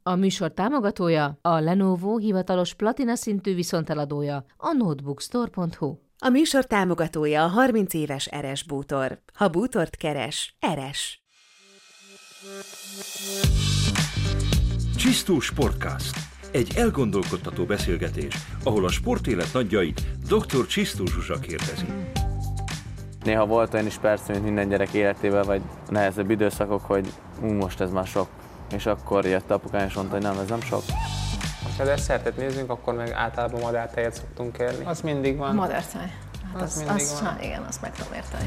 A műsor támogatója, a Lenovo hivatalos platina szintű viszonteladója, a notebookstore.hu. A műsor támogatója a 30 éves Eres bútor. Ha bútort keres, Eres. Csisztó Sportcast. Egy elgondolkodtató beszélgetés, ahol a sportélet nagyjait dr. Csisztó Zsuzsa kérdezi. Néha volt olyan is persze, mint minden gyerek életében, vagy nehezebb időszakok, hogy most ez már sok. És akkor jött apukám és mondta, hogy nem, ez nem sok. Ha desszertet nézzünk, akkor meg általában madártejet szoktunk kérni. Az mindig van. Madártej. Hát az mindig van. Igen, azt meg tudom érteni.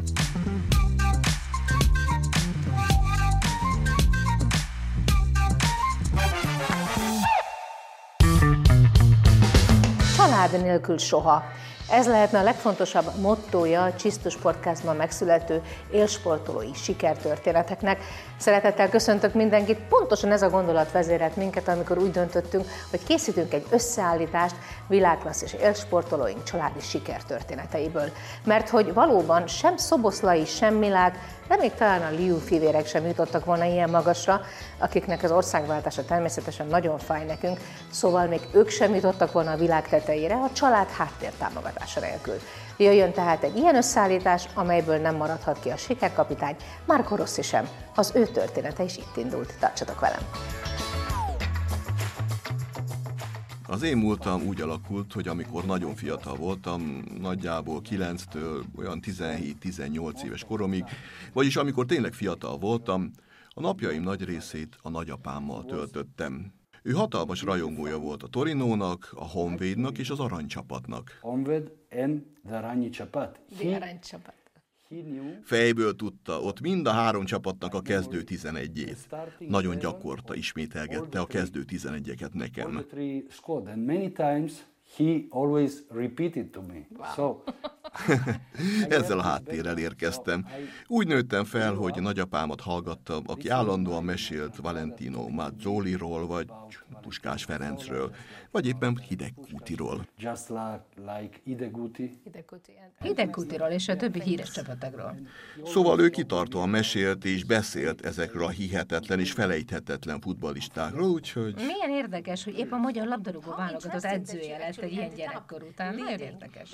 Család nélkül soha. Ez lehetne a legfontosabb mottója a Csisztó Sportcastban megszülető élsportolói sikertörténeteknek. Szeretettel köszöntök mindenkit, pontosan ez a gondolat vezérelt minket, amikor úgy döntöttünk, hogy készítünk egy összeállítást világklasszis élsportolóink családi sikertörténeteiből. Mert hogy valóban sem Szoboszlai, sem Milák, de még talán a Liu fivérek sem jutottak volna ilyen magasra, akiknek az országváltása természetesen nagyon fáj nekünk, szóval még ők sem jutottak volna a világ tetejére a család háttértámogatása nélkül. Jöjjön tehát egy ilyen összeállítás, amelyből nem maradhat ki a sikerkapitány, Marco Rossi sem. Az ő története is itt indult. Tartsatok velem! Az én múltam úgy alakult, hogy amikor nagyon fiatal voltam, nagyjából 9-től olyan 17-18 éves koromig, vagyis amikor tényleg fiatal voltam, a napjaim nagy részét a nagyapámmal töltöttem. Ő hatalmas rajongója volt a Torinónak, a Honvédnak és az aranycsapatnak. Honvéd and the Aranycsapat. Fejből tudta ott mind a három csapatnak a kezdő 11-ét. Nagyon gyakorta ismételgette a kezdő 11-eket nekem. He always repeated to me. So, ezzel a háttérrel érkeztem. Úgy nőttem fel, hogy nagyapámat hallgattam, aki állandóan mesélt Valentino Mazzoliról, vagy Puskás Ferencről, vagy éppen Hidegkútiról. Just like Hidegkútiról és a többi híres csapatokról. Szóval ő kitartóan mesélt és beszélt ezekről a hihetetlen és felejthetetlen futballistákról, úgyhogy... Milyen érdekes, hogy épp a magyar labdarúgó válogatott edzője lett egy ilyen gyerekkor után. Milyen érdekes.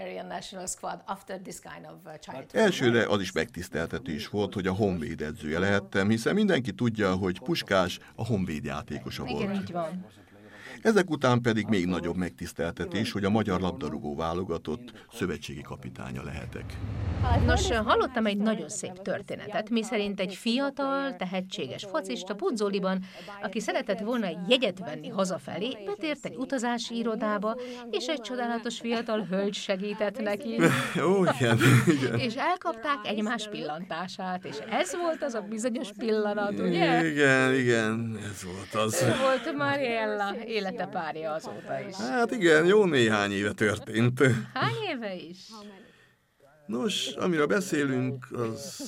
Elsőre az is megtiszteltetés volt, hogy a Honvéd edzője lehettem, hiszen mindenki tudja, hogy Puskás a Honvéd játékosa volt. Igen, így van. Ezek után pedig még nagyobb megtiszteltetés, hogy a magyar labdarúgó válogatott szövetségi kapitánya lehetek. Nos, hallottam egy nagyon szép történetet, miszerint egy fiatal, tehetséges focista Puzzoliban, aki szeretett volna egy jegyet venni hazafelé, betért egy utazási irodába, és egy csodálatos fiatal hölgy segített neki. Ó, igen. És elkapták egymás pillantását, és ez volt az a bizonyos pillanat, ugye? Igen, ez volt az. Ez volt Mariella élete párja azóta is. Hát igen, jó néhány éve történt. Hány éve is? Nos, amiről beszélünk, az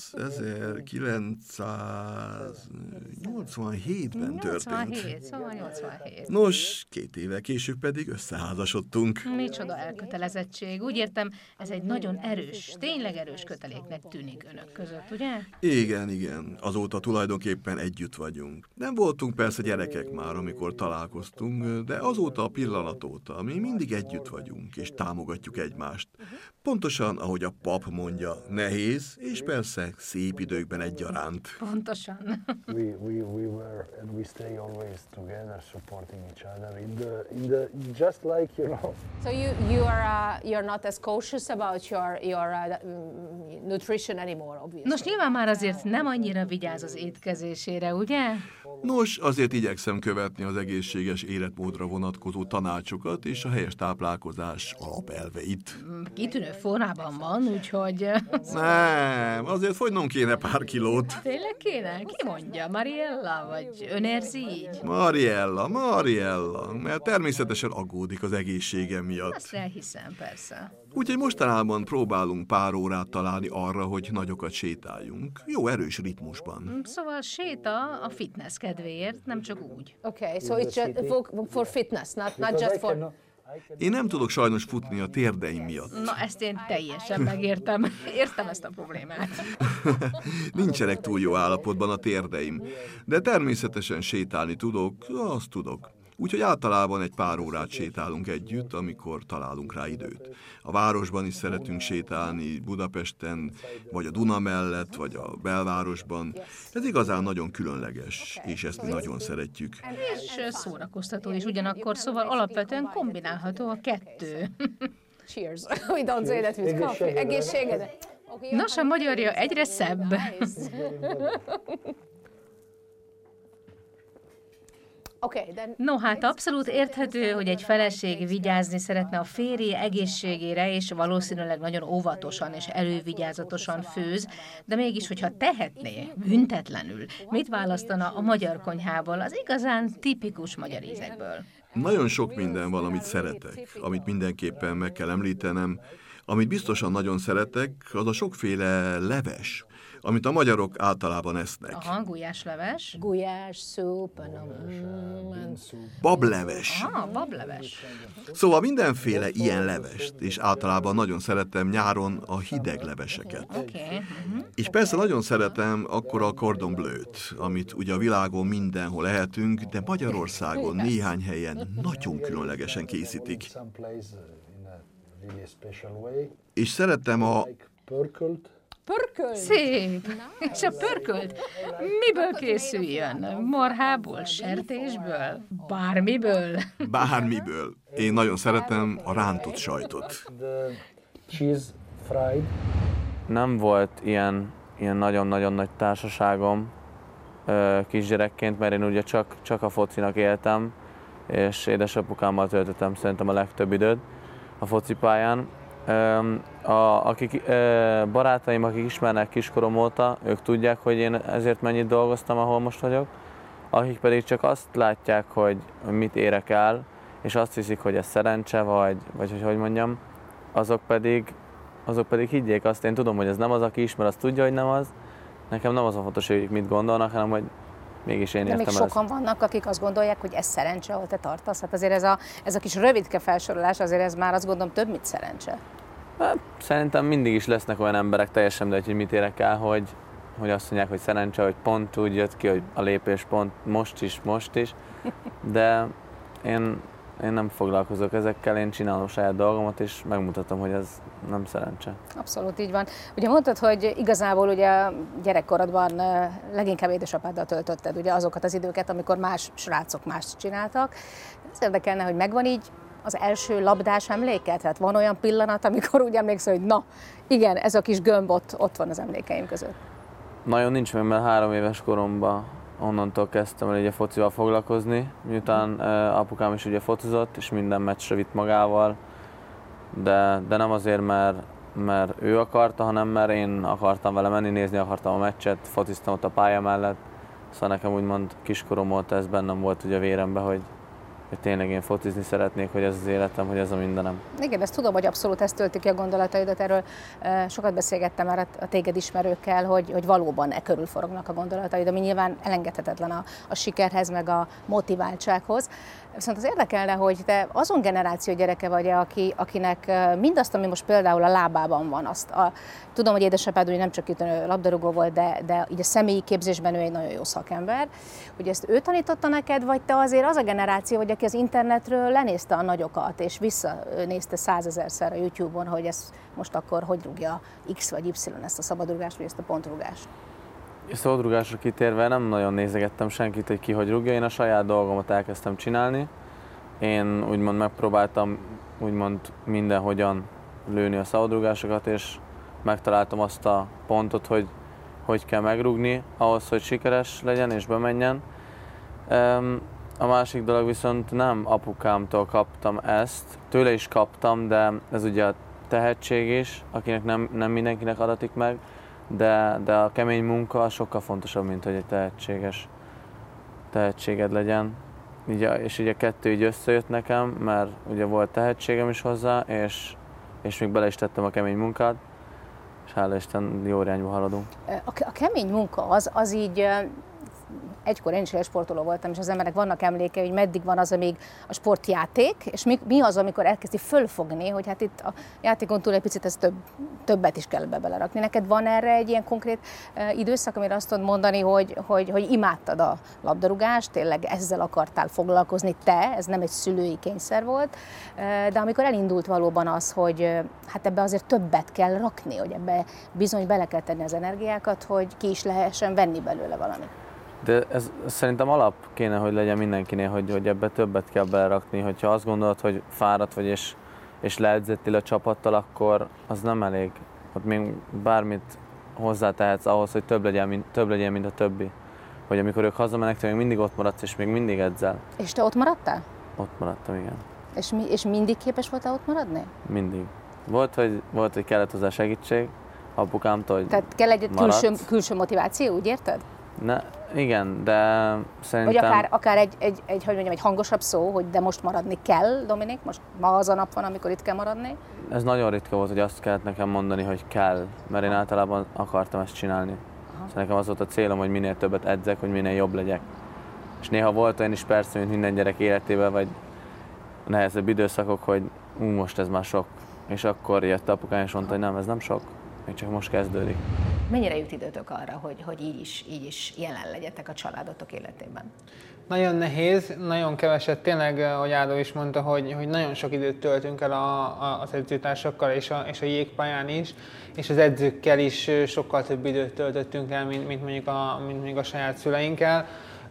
1987-ben történt. 87, szóval 87. Nos, 2 évvel később pedig összeházasodtunk. Micsoda elkötelezettség. Úgy értem, ez egy nagyon erős, tényleg erős köteléknek tűnik önök között, ugye? Igen. Azóta tulajdonképpen együtt vagyunk. Nem voltunk persze gyerekek már, amikor találkoztunk, de azóta a pillanat óta mi mindig együtt vagyunk, és támogatjuk egymást. Pontosan, ahogy a pap mondja, nehéz, és persze szép időkben egyaránt. Pontosan. we were and we stay always together, supporting each other in the just like So you're not as cautious about your nutrition anymore, obviously. Nos, nyilván már azért nem annyira vigyáz az étkezésére, ugye? Nos, azért igyekszem követni az egészséges életmódra vonatkozó tanácsokat és a helyes táplálkozás alapelveit. Kitűnő formában van, úgyhogy... Nem, azért fogynom kéne pár kilót. Tényleg kéne? Ki mondja? Mariella? Vagy ön érzi így? Mariella, mert természetesen aggódik az egészségem miatt. Azt elhiszem, persze. Úgyhogy mostanában próbálunk pár órát találni arra, hogy nagyokat sétáljunk. Jó erős ritmusban. Szóval séta a fitness kedvéért, nem csak úgy. Okay, so it's just for fitness, not just for... Én nem tudok sajnos futni a térdeim miatt. Na, ezt én teljesen megértem. Értem ezt a problémát. Nincsenek túl jó állapotban a térdeim, de természetesen sétálni tudok, azt tudok. Úgyhogy általában egy pár órát sétálunk együtt, amikor találunk rá időt. A városban is szeretünk sétálni, Budapesten, vagy a Duna mellett, vagy a belvárosban. Ez igazán nagyon különleges, és ezt mi nagyon szeretjük. És szórakoztató is ugyanakkor, szóval alapvetően kombinálható a kettő. Cheers. We don't say that with coffee. Egészségedre. Nos, a magyarja egyre szebb. No, hát abszolút érthető, hogy egy feleség vigyázni szeretne a férje egészségére, és valószínűleg nagyon óvatosan és elővigyázatosan főz, de mégis, hogyha tehetné, büntetlenül, mit választana a magyar konyhából, az igazán tipikus magyar ízekből? Nagyon sok minden van, amit szeretek, amit mindenképpen meg kell említenem. Amit biztosan nagyon szeretek, az a sokféle leves, amit a magyarok általában esznek. Aha, gulyásleves. Gulyás, szup, bableves. Bableves. Szóval mindenféle ilyen levest, és általában nagyon szeretem nyáron a hideg leveseket. Okay. És persze nagyon szeretem akkor a cordon bleu-t, amit ugye a világon mindenhol ehetünk, de Magyarországon néhány helyen nagyon különlegesen készítik. És szeretem a pörkölt. Szép! És a pörkölt miből készüljön? Marhából, sertésből? Bármiből? Bármiből. Én nagyon szeretem a rántott sajtot. Cheese fried. Nem volt ilyen nagyon-nagyon nagy társaságom kisgyerekként, mert én ugye csak a focinak éltem, és édesapukámmal töltöttem szerintem a legtöbb időt a focipályán. Barátaim, akik ismernek kiskorom óta, ők tudják, hogy én ezért mennyit dolgoztam, ahol most vagyok. Akik pedig csak azt látják, hogy mit érek el, és azt hiszik, hogy ez szerencse, vagy hogy mondjam, azok pedig higgyék azt, én tudom, hogy ez nem az, aki ismer, az tudja, hogy nem az. Nekem nem az a fontos, hogy mit gondolnak, hanem hogy mégis én értem. De még sokan vannak, akik azt gondolják, hogy ez szerencse, ahol te tartasz. Hát azért ez a kis rövidke felsorolás, azért ez már azt gondolom több, mint szerencse. Hát, szerintem mindig is lesznek olyan emberek, teljesen mindegy, hogy mit érek el, hogy azt mondják, hogy szerencse, hogy pont úgy jött ki, hogy a lépés pont most is. De én nem foglalkozok ezekkel, én csinálom saját dolgomat, és megmutatom, hogy ez nem szerencse. Abszolút így van. Ugye mondtad, hogy igazából ugye gyerekkorodban leginkább édesapáddal töltötted ugye azokat az időket, amikor más srácok mást csináltak. Ez érdekelne, hogy megvan így az első labdás emléket? Tehát van olyan pillanat, amikor úgy emlékszel, hogy na, igen, ez a kis gömb ott van az emlékeim között. Nagyon nincs meg, mert 3 éves koromban onnantól kezdtem el ugye focival foglalkozni, miután apukám is ugye focizott, és minden meccsre vitt magával, de nem azért, mert ő akarta, hanem mert én akartam vele menni, nézni akartam a meccset, fociztam ott a pálya mellett, szóval nekem úgymond kiskorom óta ez bennem volt ugye a véremben, hogy tényleg én focizni szeretnék, hogy ez az életem, hogy ez a mindenem. Igen, ezt tudom, hogy abszolút ezt tölti ki a gondolataidat, erről sokat beszélgettem már a téged ismerőkkel, hogy valóban körül forognak a gondolataid, ami nyilván elengedhetetlen a sikerhez, meg a motiváltsághoz. Viszont az érdekelne, hogy te azon generáció gyereke vagy, akinek mindazt, ami most például a lábában van, tudom, hogy édesapád ugye nem csak itt labdarúgó volt, de így a személyi képzésben ő egy nagyon jó szakember, hogy ezt ő tanította neked, vagy te azért az a generáció, vagy aki az internetről lenézte a nagyokat, és visszanézte 100 000-szer a YouTube-on, hogy ez most akkor hogy rúgja X vagy Y ezt a szabadrúgást, vagy ezt a pontrúgást? A szabadrúgásra kitérve nem nagyon nézegettem senkit, hogy ki hogy rúgja, én a saját dolgomat elkezdtem csinálni. Én úgymond megpróbáltam mindenhogyan lőni a szabadrúgásokat, és megtaláltam azt a pontot, hogy kell megrúgni ahhoz, hogy sikeres legyen és bemenjen. A másik dolog viszont nem apukámtól kaptam ezt, tőle is kaptam, de ez ugye a tehetség is, akinek nem mindenkinek adatik meg, de a kemény munka sokkal fontosabb, mint hogy egy tehetséged legyen. És ugye a kettő így összejött nekem, mert ugye volt tehetségem is hozzá, és még bele is tettem a kemény munkát, és hála Isten jó irányba haladunk. A kemény munka az így egykor én is élsportoló voltam, és az emberek vannak emlékei, hogy meddig van az, amíg a sportjáték, és mi az, amikor elkezdi fölfogni, hogy hát itt a játékon túl egy picit ez többet is kell belerakni. Neked van erre egy ilyen konkrét időszak, amire azt tudod mondani, hogy imádtad a labdarúgást, tényleg ezzel akartál foglalkozni te, ez nem egy szülői kényszer volt, de amikor elindult valóban az, hogy hát ebbe azért többet kell rakni, hogy ebbe bizony bele kell tenni az energiákat, hogy ki is lehessen venni belőle valamit. De ez szerintem alap kéne, hogy legyen mindenkinél, hogy ebbe többet kell belerakni. Hogyha azt gondolod, hogy fáradt vagy és leedzettél a csapattal, akkor az nem elég. Ott még bármit hozzátehetsz ahhoz, hogy több legyen, mint a többi. Hogy amikor ők hazamennek, te még mindig ott maradsz, és még mindig edzel. És te ott maradtál? Ott maradtam, igen. És mindig képes voltál ott maradni? Mindig. Volt, hogy kellett hozzá segítség apukámtól, hogy tehát kell egy külső motiváció, úgy érted? Igen, de szerintem... Vagy akár egy hangosabb szó, hogy de most maradni kell, Dominik, most ma az a nap van, amikor itt kell maradni? Ez nagyon ritka volt, hogy azt kellett nekem mondani, hogy kell, mert én általában akartam ezt csinálni. Szóval nekem az volt a célom, hogy minél többet edzek, hogy minél jobb legyek. És néha volt olyan is persze, mint minden gyerek életében, vagy nehezebb időszakok, hogy most ez már sok. És akkor jött apukám és mondta, hogy nem, ez nem sok, még csak most kezdődik. Mennyire jut időtök arra, hogy így is jelen legyetek a családotok életében? Nagyon nehéz, nagyon keveset, tényleg, ahogy Ádó is mondta, hogy nagyon sok időt töltünk el az edzőtársakkal és a jégpályán is, és az edzőkkel is sokkal több időt töltöttünk el, mint mondjuk a saját szüleinkkel.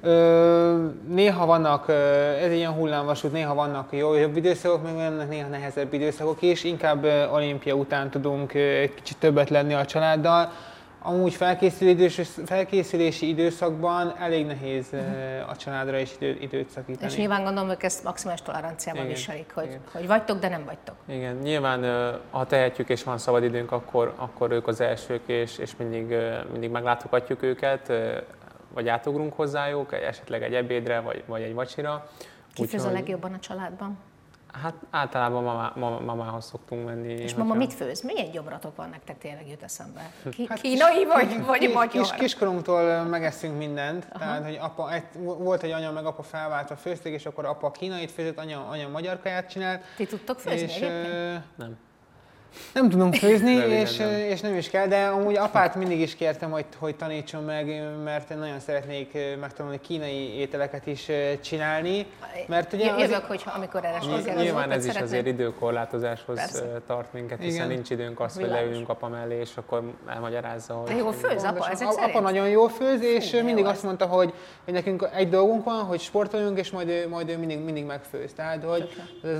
Néha vannak, ez ilyen hullámvasút, néha vannak jobb időszakok, meg vannak néha nehezebb időszakok is, inkább olimpia után tudunk egy kicsit többet lenni a családdal. Amúgy felkészülési időszakban elég nehéz a családra is időt szakítani. És nyilván gondolom, hogy ezt maximális toleranciával viselik, hogy vagytok, de nem vagytok. Igen, nyilván ha tehetjük és van szabad időnk, akkor ők az elsők, és mindig meglátogatjuk őket, vagy átugrunk hozzájuk, esetleg egy ebédre, vagy egy vacsira. Ki főz a legjobban a családban? Hát általában mamához szoktunk menni. És mama mit főz? Milyen gyomratok van nektek, tényleg jut eszembe? Kínai vagy magyar? Kiskorunktól megesszünk mindent. Tehát, hogy volt egy anya meg apa felváltva főzték, és akkor apa kínait főzött, anya magyar kaját csinált. Ti tudtok főzni egyébként? Nem. Nem tudunk főzni, és nem is kell, de amúgy apát mindig is kértem, hogy tanítson meg, mert én nagyon szeretnék megtanulni kínai ételeket is csinálni. Mert ugye jövök, hogyha amikor erre nyilván ez is azért időkorlátozáshoz tart minket, hiszen nincs időnk azt, hogy leülünk apa mellé, és akkor elmagyarázza, hogy... De jól főz apa, ezek szerint? Apa nagyon jól főz, és mindig azt mondta, hogy nekünk egy dolgunk van, hogy sportoljunk, és majd ő mindig megfőz. Tehát, hogy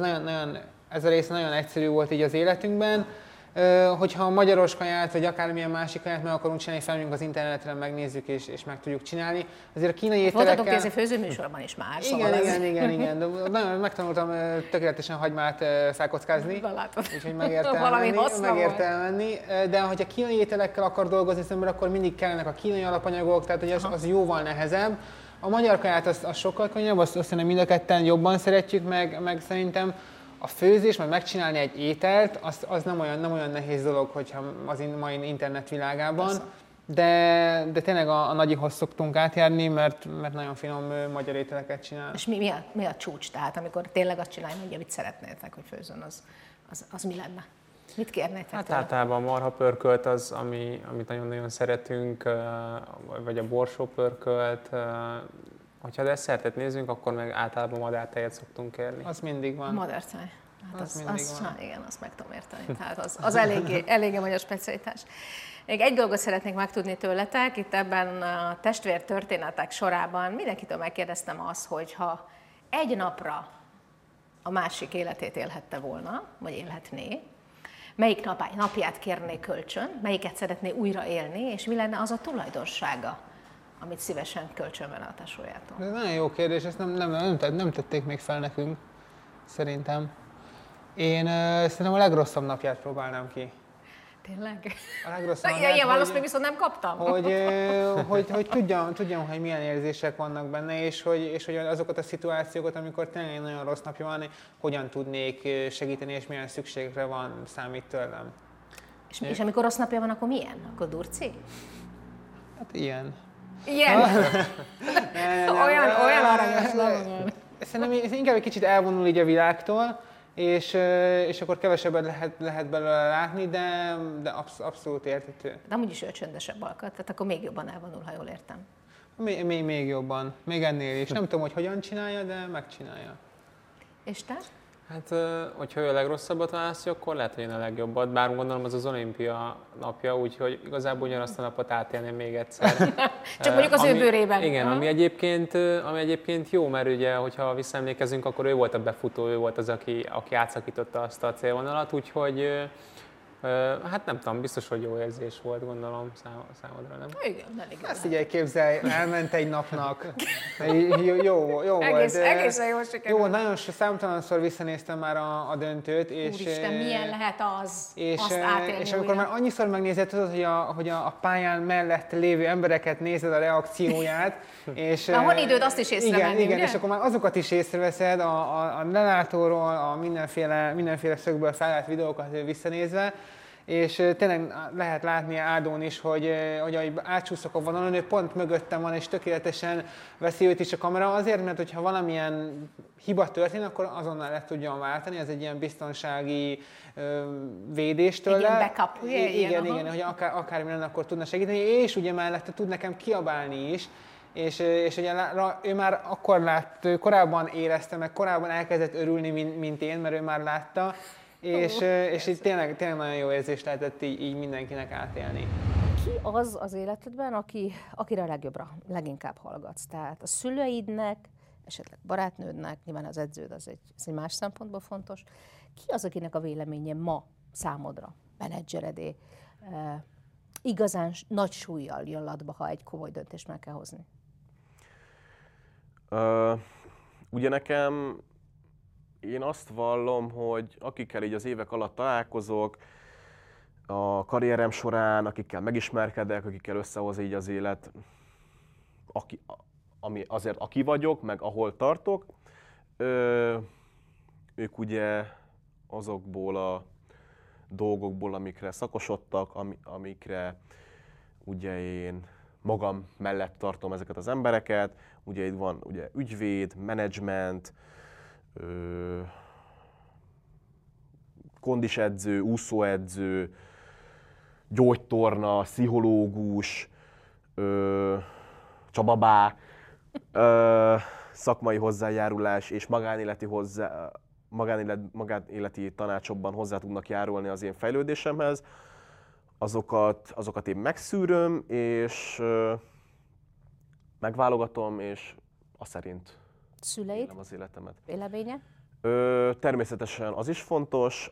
ez a rész nagyon egyszerű volt így az életünkben. Hogyha magyaros kaját, vagy akármilyen másik kaját meg akarunk csinálni, felmegyünk az internetre, megnézzük és meg tudjuk csinálni. Azért a kínai ételekkel... Voltatok kézi főzőműsorban is már, Igen. De megtanultam tökéletesen hagymát felkockázni, úgyhogy megérte elmenni. De hogyha kínai ételekkel akar dolgozni az ember, akkor mindig kellenek a kínai alapanyagok, tehát hogy az jóval nehezebb. A magyar kaját az sokkal könnyebb, azt hiszem mind a ketten jobban szeretjük, meg szerintem a főzés, meg megcsinálni egy ételt, az nem olyan nehéz dolog, hogyha az mai internet világában. De tényleg a nagyihoz szoktunk átjárni, mert nagyon finom magyar ételeket csinál. És mi a csúcs? Tehát amikor tényleg azt csinálni, hogy amit szeretnétek, hogy főzön, az mi lenne? Mit kérnétek? Hát általában a marhapörkölt az, amit nagyon-nagyon szeretünk, vagy a borsópörkölt. Ha desszertet nézzünk, akkor meg általában madártejet szoktunk kérni. Az mindig van. Madártej. Hát az mindig van. Igen, azt meg tudom érteni. Tehát az eléggé magyar specialitás. Még egy dolgot szeretnék megtudni tőletek, itt ebben a testvér történetek sorában mindenkitől megkérdeztem azt, hogy ha egy napra a másik életét élhette volna, vagy élhetné, melyik napját kérné kölcsön, melyiket szeretné újra élni, és mi lenne az a tulajdonsága, amit szívesen kölcsön vele a tesójától? Ez nagyon jó kérdés, ezt nem tették még fel nekünk, szerintem. Én szerintem a legrosszabb napját próbálnám ki. Tényleg? A legrosszabb napját, ilyen választ még viszont nem kaptam. Hogy tudjam, hogy milyen érzések vannak benne, és hogy azokat a szituációkat, amikor tényleg egy nagyon rossz napja van, hogyan tudnék segíteni, és milyen szükségre van, számít tőlem. És amikor rossz napja van, akkor milyen? Akkor durci? Hát ilyen. Ilyen. Olyan aranyos nem. Szerintem inkább egy kicsit elvonul így a világtól, és akkor kevesebbet lehet belőle látni, de abszolút érthető. De amúgy is ő csöndesebb alkat, tehát akkor még jobban elvonul, ha jól értem. Még jobban, még ennél is. Nem tudom, hogy hogyan csinálja, de megcsinálja. És te? Hát, hogyha ő a legrosszabbat választja, akkor lehet, hogy én a legjobbat. Bár gondolom az olimpia napja, úgyhogy igazából ugyanazt a napot átélném még egyszer. Csak mondjuk az ő bőrében. Igen, ami egyébként jó, mert ugye, hogyha visszaemlékezünk, akkor ő volt a befutó, ő volt az, aki átszakította azt a célvonalat, úgyhogy hát nem tudom, biztos, hogy jó érzés volt, gondolom számodra, nem? Igen, elég jó. Ezt így elképzelj, elment egy napnak. Jó volt. Egészen jól sikerült. Jó, nagyon számtalanszor visszanéztem már a döntőt. Úristen, milyen lehet az, azt átélni és amikor már annyiszor megnézed, tudod, hogy a pályán mellett lévő embereket nézed a reakcióját. Na, van időd azt is észrevenni, igen, ugye? és akkor már azokat is észreveszed, a lelátóról, a mindenféle szögből felvett videókat visszanézve. És tényleg lehet látni Ádón is, hogy ahogy átsúszok a vonalon, ő pont mögöttem van, és tökéletesen veszi őt is a kamera. Azért, mert hogyha valamilyen hiba történik, akkor azonnal le tudjon váltani, ez egy ilyen biztonsági védés tőle. Igen, backup, ugye? Igen, hogy akármi lenne, akkor tudna segíteni, és ugye mellette tud nekem kiabálni is. És ugye ő már akkor korábban érezte, meg korábban elkezdett örülni, mint én, mert ő már látta. És így tényleg nagyon jó érzés lehetett így mindenkinek átélni. Ki az életedben, akire leginkább hallgatsz? Tehát a szüleidnek, esetleg barátnődnek, nyilván az edződ az egy más szempontból fontos. Ki az, akinek a véleménye ma számodra, menedzseredé, igazán nagy súllyal jön latba, ha egy komoly döntést meg kell hozni? Ugye nekem, én azt vallom, hogy akikkel így az évek alatt találkozok, a karrierem során, akikkel megismerkedek, akikkel összehoz így az élet, aki vagyok, meg ahol tartok, ők ugye azokból a dolgokból, amikre szakosodtak, amikre ugye én magam mellett tartom ezeket az embereket. Ugye itt van ugye ügyvéd, menedzsment, kondisedző, úszóedző, gyógytorna, pszichológus, csababá, szakmai hozzájárulás és magánéleti tanácsokban hozzá tudnak járulni az én fejlődésemhez. Azokat én megszűröm, és megválogatom, és azt szerint élem az életemet. Véleménye? Természetesen az is fontos.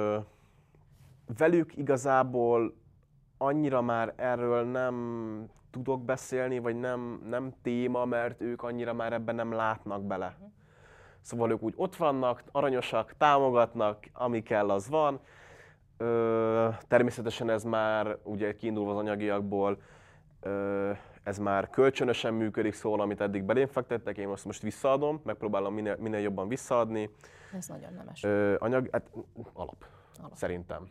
Velük igazából annyira már erről nem tudok beszélni, vagy nem téma, mert ők annyira már ebben nem látnak bele. Szóval ők úgy ott vannak, aranyosak, támogatnak, ami kell, az van. Természetesen ez már, ugye kiindulva az anyagiakból, ez már kölcsönösen működik, szóval amit eddig belém fektettek, én most visszaadom, megpróbálom minél jobban visszaadni. Ez nagyon nemes. Alap, szerintem.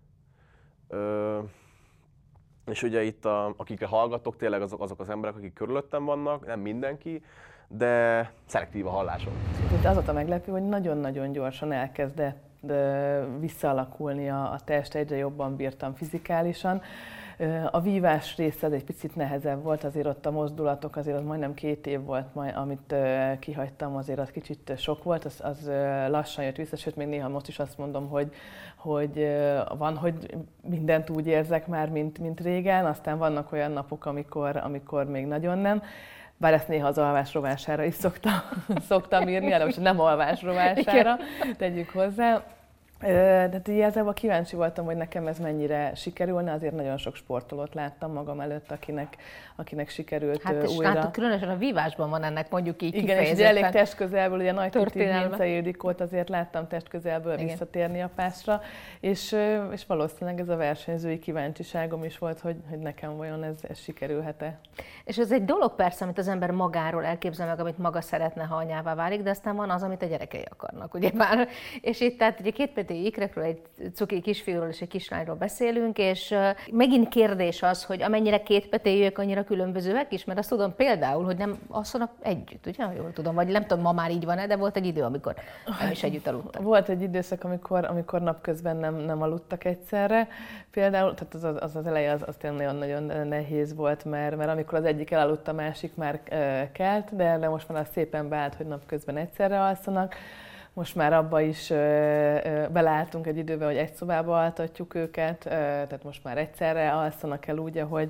És ugye itt, akikre hallgatok, tényleg azok az emberek, akik körülöttem vannak, nem mindenki, de szelektív a hallásom. Itt az volt a meglepő, hogy nagyon-nagyon gyorsan elkezdett visszaalakulni a test, egyre jobban bírtam fizikálisan. A vívás része egy picit nehezebb volt, azért ott a mozdulatok, azért az majdnem 2 év volt, amit kihagytam, azért az kicsit sok volt, az lassan jött vissza, sőt még néha most is azt mondom, hogy van, hogy mindent úgy érzek már, mint régen, aztán vannak olyan napok, amikor még nagyon nem. Bár ezt néha az alvás rovására is szoktam írni, de most nem alvás rovására, tegyük hozzá. De igazából kíváncsi voltam, hogy nekem ez mennyire sikerülne, azért nagyon sok sportolót láttam magam előtt, akinek sikerült újra. Hát különösen a vívásban van ennek mondjuk így igen, és ugye elég testközelből, ugye Nagy Titi Vince Ildikót azért láttam testközelből visszatérni a pásra, és valószínűleg ez a versenyzői kíváncsiságom is volt, hogy nekem vajon ez sikerülhet-e. És ez egy dolog persze, amit az ember magáról elképzel meg, amit maga szeretne, ha anyává válik, de aztán van az, amit a gyerekei akarnak, ugye már. És itt tehát ugye 2 cuki ikrekről, egy cuki kisfiúról és egy kislányról beszélünk, és megint kérdés az, hogy amennyire kétpetéjűek, annyira különbözőek is, mert azt tudom például, hogy nem alszanak együtt, ugye? Jól tudom, vagy nem tudom, ma már így van-e, de volt egy idő, amikor nem is együtt aludtak. Volt egy időszak, amikor napközben nem aludtak egyszerre. Például, tehát az eleje az tényleg nagyon nehéz volt, mert amikor az egyik elaludt, a másik már kelt, de most már az szépen beállt, hogy napközben egyszerre alszanak. Most már abba is beleálltunk egy időbe, hogy egy szobába altatjuk őket, tehát most már egyszerre alszanak el úgy, ahogy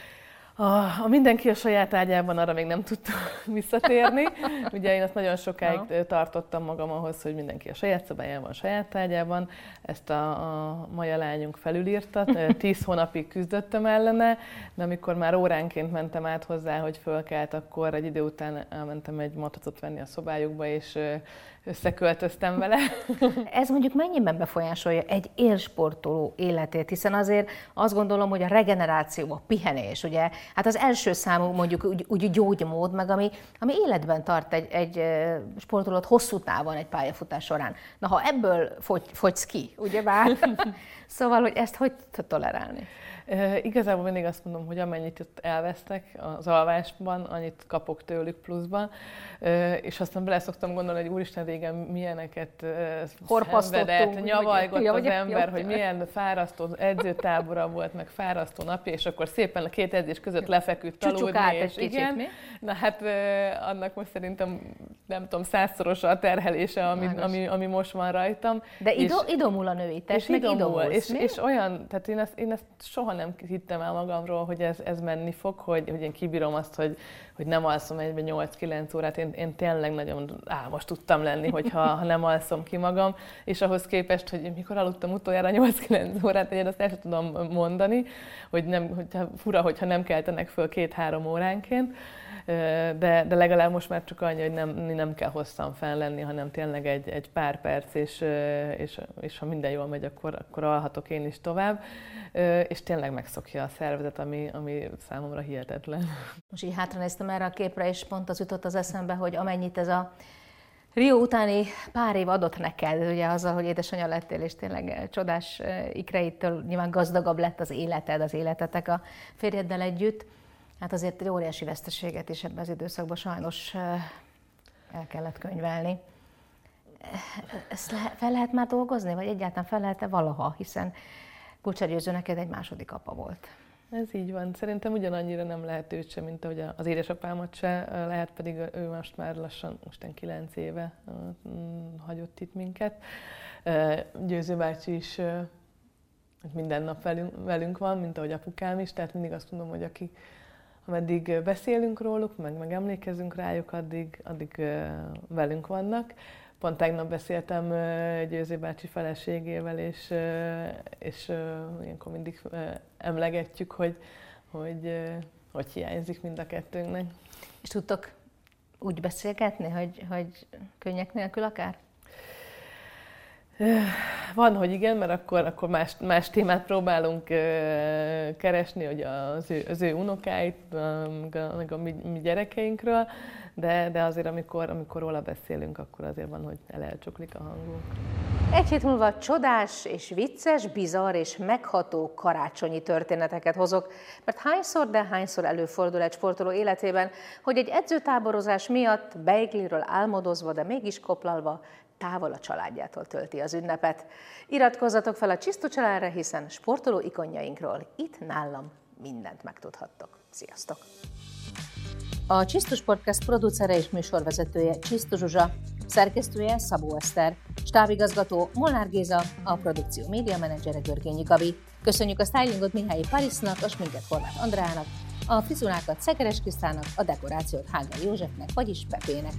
mindenki a saját ágyában, arra még nem tudtam visszatérni. Ugye én azt nagyon sokáig tartottam magam ahhoz, hogy mindenki a saját szobájában, a saját ágyában. Ezt a Maja lányunk felülírta. 10 hónapig küzdöttem ellene, de amikor már óránként mentem át hozzá, hogy fölkelt, akkor egy idő után elmentem egy matracot venni a szobájukba, és összeköltöztem vele. Ez mondjuk mennyiben befolyásolja egy élsportoló életét, hiszen azért azt gondolom, hogy a regeneráció, a pihenés, ugye, hát az első számú mondjuk úgy gyógymód, meg ami életben tart egy sportolót hosszú távon egy pályafutás során. Na, ha ebből fogysz ki, ugyebár? Szóval, hogy ezt hogy tolerálni? Igazából mindig azt mondom, hogy amennyit itt elvesztek az alvásban, annyit kapok tőlük pluszban, és aztán bele szoktam gondolni, hogy úristen, régen milyeneket szenvedett, nyavajgott az ember, hogy milyen fárasztó edzőtábora volt, meg fárasztó napja, és akkor szépen a 2 edzés között lefeküdt aludni, és igen. Na hát annak most szerintem, nem tudom, 100-szorosa a terhelése, ami most van rajtam. De idomul a női test, meg idomulsz. És olyan, tehát én ezt soha nem hittem el magamról, hogy ez menni fog, hogy én kibírom azt, hogy nem alszom egyben 8-9 órát. Én tényleg nagyon álmos tudtam lenni, ha nem alszom ki magam, és ahhoz képest, hogy mikor aludtam utoljára 8-9 órát, én azt el sem tudom mondani, hogyha fura, hogyha nem keltenek föl 2-3 óránként, de legalább most már csak annyi, hogy nem kell hosszan fenn lenni, hanem tényleg egy pár perc, és ha minden jól megy, akkor alhatok én is tovább, és tényleg megszokja a szervezet, ami számomra hihetetlen. Most így hátranéztem erre a képre, és pont az jutott az eszembe, hogy amennyit ez a Rio utáni pár év adott neked, ugye azzal, hogy édesanyja lettél, és tényleg csodás ikreitől nyilván gazdagabb lett az életed, az életetek a férjeddel együtt. Hát azért egy óriási veszteséget is ebben az időszakban sajnos el kellett könyvelni. Ezt fel lehet már dolgozni, vagy egyáltalán fel lehet-e valaha, hiszen Kulcsár Győző neked egy második apa volt. Ez így van. Szerintem ugyanannyira nem lehet őt sem, mint ahogy az édesapámat se lehet, pedig ő most már lassan 9 éve hagyott itt minket. Győző bácsi is minden nap velünk van, mint ahogy apukám is, tehát mindig azt mondom, hogy ameddig beszélünk róluk, meg emlékezünk rájuk, addig velünk vannak. Pont tegnap beszéltem Győző bácsi feleségével, és ilyenkor mindig emlegetjük, hogy hiányzik mind a kettőnknek. És tudtok úgy beszélgetni, hogy könnyek nélkül akár? Van, hogy igen, mert akkor más témát próbálunk keresni, hogy az ő unokáit, meg a mi gyerekeinkről, de azért, amikor róla beszélünk, akkor azért van, hogy elcsuklik a hangunk. Egy hét múlva csodás és vicces, bizarr és megható karácsonyi történeteket hozok, mert hányszor előfordul egy sportoló életében, hogy egy edzőtáborozás miatt beigliről álmodozva, de mégis koplalva távol a családjától tölti az ünnepet. Iratkozzatok fel a Csisztu családra, hiszen sportoló ikonjainkról itt nálam mindent megtudhattok. Sziasztok! A Csisztus Podcast producere és műsorvezetője Csisztu Zsuzsa, szerkesztője Szabó Eszter, stábigazgató Molnár Géza, a produkció médiamenedzsere Görgényi Gabi. Köszönjük a stylingot Mihályi Parisnak, a sminket Horváth Andrának, a frizurákat Szekeres Krisztának, a dekorációt Hágai Józsefnek, vagyis Pepének.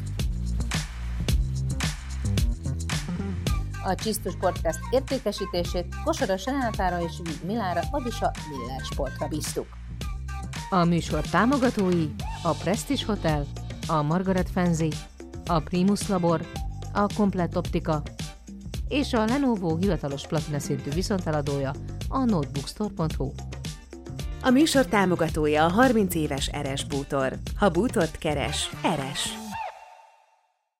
A Csisztus Podcast értékesítését Kosaras Renátára és Víg Milára, vagyis a Miller Sportra bíztuk. A műsor támogatói a Prestige Hotel, a Margaret Fenzi, a Primus Labor, a Komplett Optika és a Lenovo hivatalos platina szintű viszonteladója, a notebookstore.hu. A műsor támogatója a 30 éves Eres Bútor. Ha bútort keres, Eres.